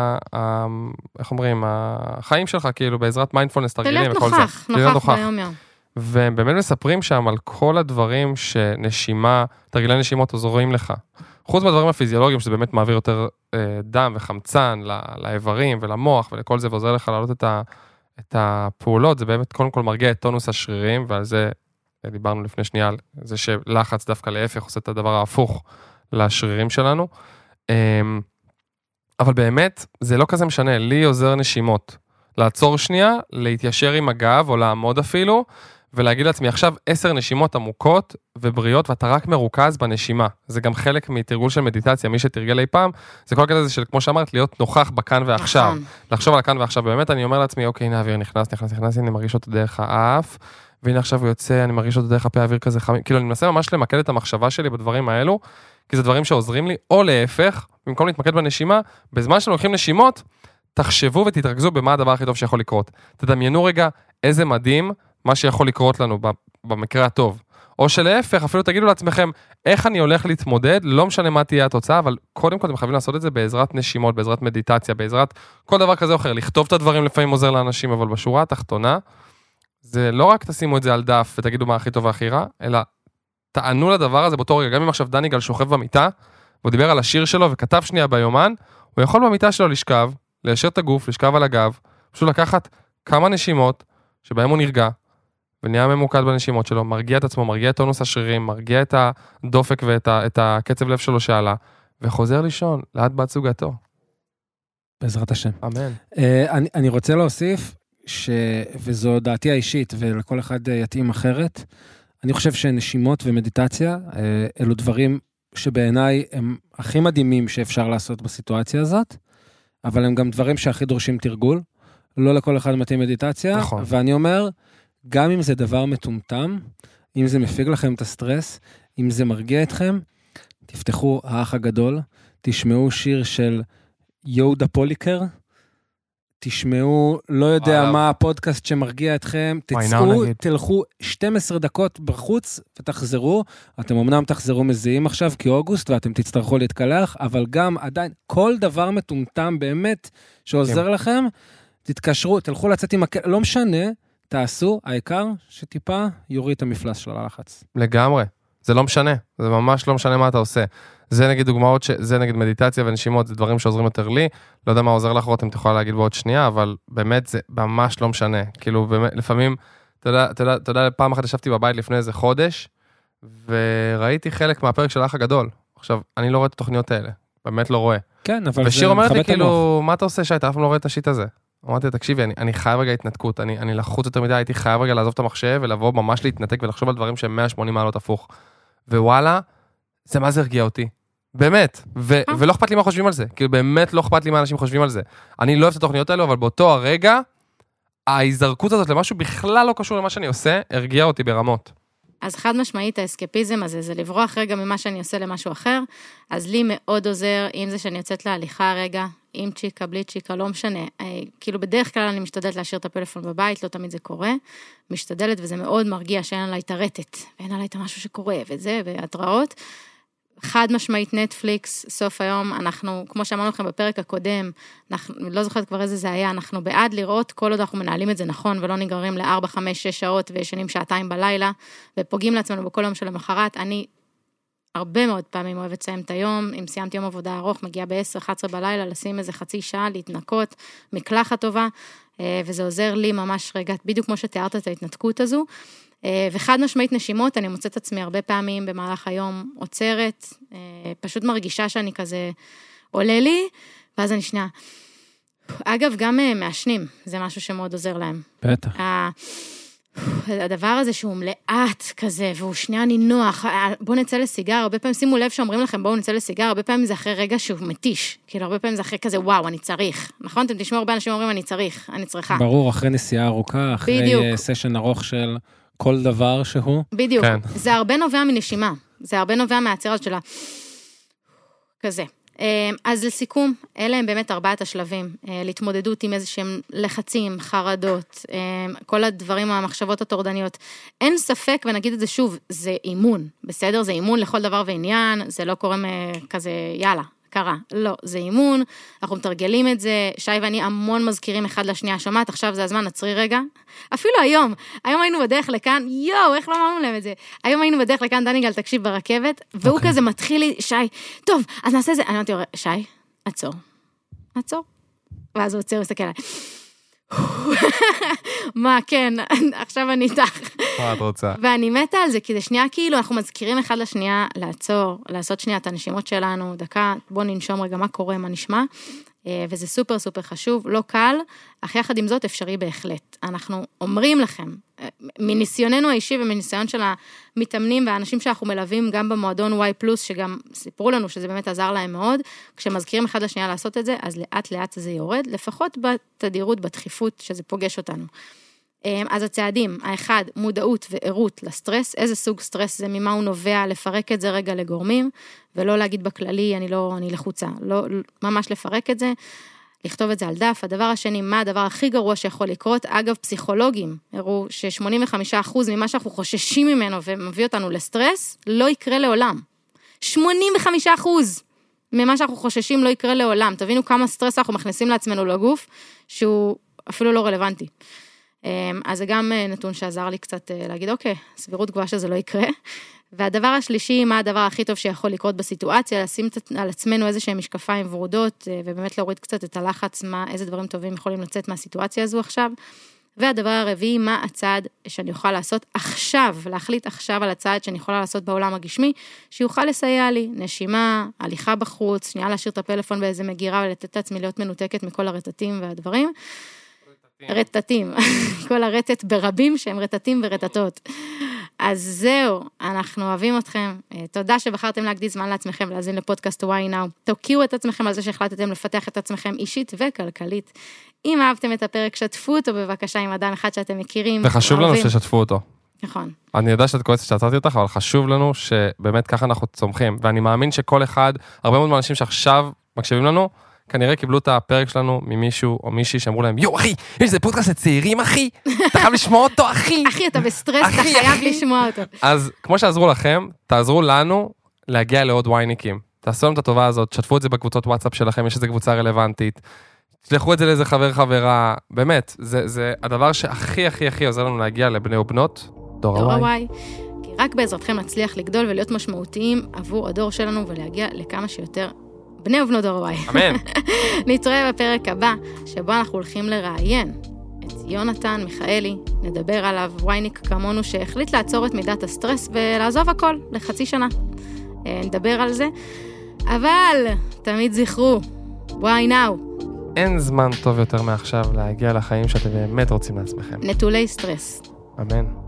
איך אומרים, החיים שלך, כאילו בעזרת מיינדפולנס, תרגילים וכל זה. תלת נוכח, נוכח ביום יום. והם באמת מספרים שם על כל הדברים שנשימה, תרגילי נשימות עוזרים לך. חוץ מהדברים הפיזיולוגיים, שזה באמת מעביר יותר אה, דם וחמצן לאיברים ולמוח ולכל זה, ועוזר לך להעלות את, ה, את הפעולות, זה באמת קודם כל מרגיע את טונוס השרירים, ועל זה דיברנו לפני שנייה, על זה שלחץ דווקא להפך, עושה את הדבר ההפוך לשרירים שלנו. אה, אבל באמת, זה לא כזה משנה, לי עוזר נשימות. לעצור שנייה, להתיישר עם הגב, או לעמוד אפילו, ולהגיד לעצמי, עכשיו עשר נשימות עמוקות ובריאות, ואתה רק מרוכז בנשימה. זה גם חלק מתרגול של מדיטציה, מי שתרגל אי פעם, זה כל כזה של, כמו שאמרת, להיות נוכח בכאן ועכשיו. לחשוב על הכאן ועכשיו. באמת אני אומר לעצמי, אוקיי, הנה האוויר נכנס, נכנס, נכנס, הנה אני מרגיש אותו דרך האף, והנה עכשיו הוא יוצא, אני מרגיש אותו דרך הפה, האוויר כזה חמים. כאילו, אני מנסה ממש למקד את המחשבה שלי בדברים האלו, כי זה דברים שעוזרים לי, או להפך, במקום להתמקד בנשימה, בזמן שאתם לוקחים נשימות, תחשבו ותתרכזו במה הדבר הכי טוב שיכול לקרות. תדמיינו רגע איזה מדהים מה שיכול לקרות לנו במקרה הטוב. או שלהפך, אפילו תגידו לעצמכם, איך אני הולך להתמודד, לא משנה מה תהיה התוצאה, אבל קודם כל אתם חייבים לעשות את זה בעזרת נשימות, בעזרת מדיטציה, בעזרת כל דבר כזה או אחר. לכתוב את הדברים לפעמים עוזר לאנשים, אבל בשורה התחתונה, זה לא רק תשימו את זה על דף ותגידו מה הכי טוב והכי רע, אלא תענו לדבר הזה באותו רגע. גם אם עכשיו דני גל שוכב במיטה, והוא דיבר על השיר שלו וכתב שנייה ביומן, הוא יכול במיטה שלו לשכב, ליישר את הגוף, לשכב על הגב, פשוט לקחת כמה נשימות שבהם הוא נרגע, ונהיה ממוקד בנשימות שלו, מרגיע את עצמו, מרגיע את טונוס השרירים, מרגיע את הדופק ואת ה, את הקצב לב שלו שעלה, וחוזר לישון, לאט בת זוגתו. בעזרת השם. אמן. Uh, אני, אני רוצה להוסיף, ש... וזו דעתי האישית, ולכל אחד יתאים אחרת, אני חושב שנשימות ומדיטציה, uh, אלו דברים שבעיניי הם הכי מדהימים שאפשר לעשות בסיטואציה הזאת, אבל הם גם דברים שהכי דורשים תרגול, לא לכל אחד מתאים מדיטציה, נכון. ואני אומר, גם אם זה דבר מטומטם, אם זה מפיג לכם את הסטרס, אם זה מרגיע אתכם, תפתחו האח הגדול, תשמעו שיר של יהודה פוליקר, תשמעו, לא יודע וואו. מה הפודקאסט שמרגיע אתכם, תצאו, תלכו שתים עשרה דקות בחוץ ותחזרו, אתם אמנם תחזרו מזיעים עכשיו כי אוגוסט ואתם תצטרכו להתקלח, אבל גם עדיין כל דבר מטומטם באמת שעוזר לכם, תתקשרו, תלכו לצאת עם הכ... לא משנה, תעשו, העיקר שטיפה יוריד את המפלס של הלחץ. לגמרי, זה לא משנה, זה ממש לא משנה מה אתה עושה. זה נגיד דוגמאות, ש... זה נגיד מדיטציה ונשימות, זה דברים שעוזרים יותר לי, לא יודע מה עוזר לך, אתם תוכלו להגיד בעוד שנייה, אבל באמת זה ממש לא משנה. כאילו, באמת, לפעמים, אתה יודע, אתה יודע, אתה יודע, פעם אחת ישבתי בבית לפני איזה חודש, וראיתי חלק מהפרק של האח הגדול. עכשיו, אני לא רואה את התוכניות האלה, באמת לא רואה. כן, אבל ושיר אומרת לי, כאילו, מה אתה עושה שי? אתה אף לא רואה את השיט הזה. אמרתי, תקשיבי, אני, אני חייב רגע התנתקות, אני, אני לחוץ יותר מדי, הייתי חייב רגע לעזוב את המחשב, ולבוא ממש להתנתק ולחשוב על דברים שהם מאה ושמונים מעלות הפוך. ווואלה, זה מה זה הרגיע אותי. באמת, ו- ולא אכפת לי מה חושבים על זה, כאילו באמת לא אכפת לי מה אנשים חושבים על זה. אני לא אוהב את התוכניות האלו, אבל באותו הרגע, ההזדרקות הזאת למשהו בכלל לא קשור למה שאני עושה, הרגיע אותי ברמות. אז חד משמעית, האסקפיזם הזה, זה לברוח רגע ממה שאני עושה למשהו אחר, אז לי מאוד עוזר, אם זה שאני יוצאת להליכה רגע, עם צ'יקה, בלי צ'יקה, לא משנה. כאילו בדרך כלל אני משתדלת להשאיר את הפלאפון בבית, לא תמיד זה קורה, משתדלת וזה מאוד מרגיע שאין עליי את הרטט, ואין עליי את המשהו שקורה, וזה, והתראות. חד משמעית נטפליקס, סוף היום, אנחנו, כמו שאמרנו לכם בפרק הקודם, אנחנו, לא זוכרת כבר איזה זה היה, אנחנו בעד לראות, כל עוד אנחנו מנהלים את זה נכון, ולא נגררים ל-ארבע, חמש, שש שעות, וישנים שעתיים בלילה, ופוגעים לעצמנו בכל יום של המחרת. אני הרבה מאוד פעמים אוהבת לסיים את היום, אם סיימתי יום עבודה ארוך, מגיעה ב-עשר, אחת עשרה בלילה, לשים איזה חצי שעה, להתנקות, מקלחת טובה, וזה עוזר לי ממש רגע, בדיוק כמו שתיארת את ההתנתקות הזו, וחד משמעית נשימות, אני מוצאת עצמי הרבה פעמים במהלך היום עוצרת, פשוט מרגישה שאני כזה עולה לי, ואז אני שנייה. אגב, גם מעשנים, זה משהו שמאוד עוזר להם. בטח. הדבר הזה שהוא מלאט כזה, והוא שנייה נינוח, בואו נצא לסיגר, הרבה פעמים שימו לב שאומרים לכם, בואו נצא לסיגר, הרבה פעמים זה אחרי רגע שהוא מתיש, כאילו הרבה פעמים זה אחרי כזה, וואו, אני צריך, נכון? אתם תשמעו הרבה אנשים אומרים, אני צריך, אני צריכה. ברור, אחרי נסיעה ארוכה, אחרי בדיוק. סשן ארוך של כל דבר שהוא. בדיוק, כן. זה הרבה נובע מנשימה, זה הרבה נובע מהעצירה שלה, כזה. אז לסיכום, אלה הם באמת ארבעת השלבים, להתמודדות עם איזשהם לחצים, חרדות, כל הדברים, המחשבות הטורדניות. אין ספק, ונגיד את זה שוב, זה אימון, בסדר? זה אימון לכל דבר ועניין, זה לא קורה כזה, יאללה, קרה. לא, זה אימון, אנחנו מתרגלים את זה, שי ואני המון מזכירים אחד לשנייה, שומעת, עכשיו זה הזמן, עצרי רגע. אפילו היום, היום היינו בדרך לכאן, יואו, איך לא אמרנו להם את זה? היום היינו בדרך לכאן, דניגל תקשיב ברכבת, והוא כזה מתחיל לי, שי, טוב, אז נעשה זה, אני אמרתי, שי, עצור, עצור. ואז הוא עוצר, מסתכל עליי. מה, כן, עכשיו אני איתך. מה את רוצה? ואני מתה על זה, כי זה שנייה כאילו, אנחנו מזכירים אחד לשנייה לעצור, לעשות שנייה את הנשימות שלנו, דקה, בוא ננשום רגע מה קורה, מה נשמע, וזה סופר סופר חשוב, לא קל, אך יחד עם זאת אפשרי בהחלט. אנחנו אומרים לכם, מניסיוננו האישי ומניסיון של המתאמנים והאנשים שאנחנו מלווים גם במועדון וואי פלוס, שגם סיפרו לנו שזה באמת עזר להם מאוד, כשמזכירים אחד לשנייה לעשות את זה, אז לאט לאט זה יורד, לפחות בתדירות, בדחיפות שזה פוגש אותנו. אז הצעדים, האחד, מודעות ועירות לסטרס, איזה סוג סטרס זה, ממה הוא נובע, לפרק את זה רגע לגורמים, ולא להגיד בכללי, אני לא, אני לחוצה, לא, ממש לפרק את זה, לכתוב את זה על דף. הדבר השני, מה הדבר הכי גרוע שיכול לקרות? אגב, פסיכולוגים הראו ש-שמונים וחמישה אחוז ממה שאנחנו חוששים ממנו ומביא אותנו לסטרס, לא יקרה לעולם. שמונים וחמישה אחוז ממה שאנחנו חוששים לא יקרה לעולם. תבינו כמה סטרס אנחנו מכניסים לעצמנו לגוף, שהוא אפילו לא רלוונטי. אז זה גם נתון שעזר לי קצת להגיד, אוקיי, סבירות גבוהה שזה לא יקרה. והדבר השלישי, מה הדבר הכי טוב שיכול לקרות בסיטואציה, לשים על עצמנו איזה שהם משקפיים ורודות, ובאמת להוריד קצת את הלחץ, מה, איזה דברים טובים יכולים לצאת מהסיטואציה הזו עכשיו. והדבר הרביעי, מה הצעד שאני אוכל לעשות עכשיו, להחליט עכשיו על הצעד שאני יכולה לעשות בעולם הגשמי, שיוכל לסייע לי, נשימה, הליכה בחוץ, שנייה להשאיר את הפלאפון באיזה מגירה, ולתת את עצמי להיות מנותקת מכל הרטטים והדברים. רטטים, כל הרטט ברבים שהם רטטים ורטטות. אז זהו, אנחנו אוהבים אתכם. תודה שבחרתם להקדיש זמן לעצמכם ולהזין לפודקאסט Why Now. תוקיעו את עצמכם על זה שהחלטתם לפתח את עצמכם אישית וכלכלית. אם אהבתם את הפרק, שתפו אותו בבקשה עם אדם אחד שאתם מכירים. וחשוב לנו ששתפו אותו. נכון. אני יודע שאת כועסת שעצרתי אותך, אבל חשוב לנו שבאמת ככה אנחנו צומחים. ואני מאמין שכל אחד, הרבה מאוד אנשים שעכשיו מקשיבים לנו, כנראה קיבלו את הפרק שלנו ממישהו או מישהי שאמרו להם, יו, אחי, יש איזה פודקאסט לצעירים, אחי, אתה חייב לשמוע אותו, אחי. אחי, אתה בסטרס, אתה חייב לשמוע אותו. אז כמו שעזרו לכם, תעזרו לנו להגיע לעוד וייניקים. תעשו לנו את הטובה הזאת, שתפו את זה בקבוצות וואטסאפ שלכם, יש איזו קבוצה רלוונטית, תשלחו את זה לאיזה חבר חברה, באמת, זה, זה הדבר שהכי הכי הכי עוזר לנו להגיע לבני ובנות, דור הוואי. כי רק בעזרתכם נצליח לגדול ולהיות משמעותיים עבור הדור שלנו ולהגיע לכמה שיותר בני ובנות דור הוואי. אמן. נתראה בפרק הבא, שבו אנחנו הולכים לראיין את יונתן מיכאלי, נדבר עליו וייניק כמונו שהחליט לעצור את מידת הסטרס ולעזוב הכל לחצי שנה. נדבר על זה, אבל תמיד זכרו, why now? אין זמן טוב יותר מעכשיו להגיע לחיים שאתם באמת רוצים לעצמכם. נטולי סטרס. אמן.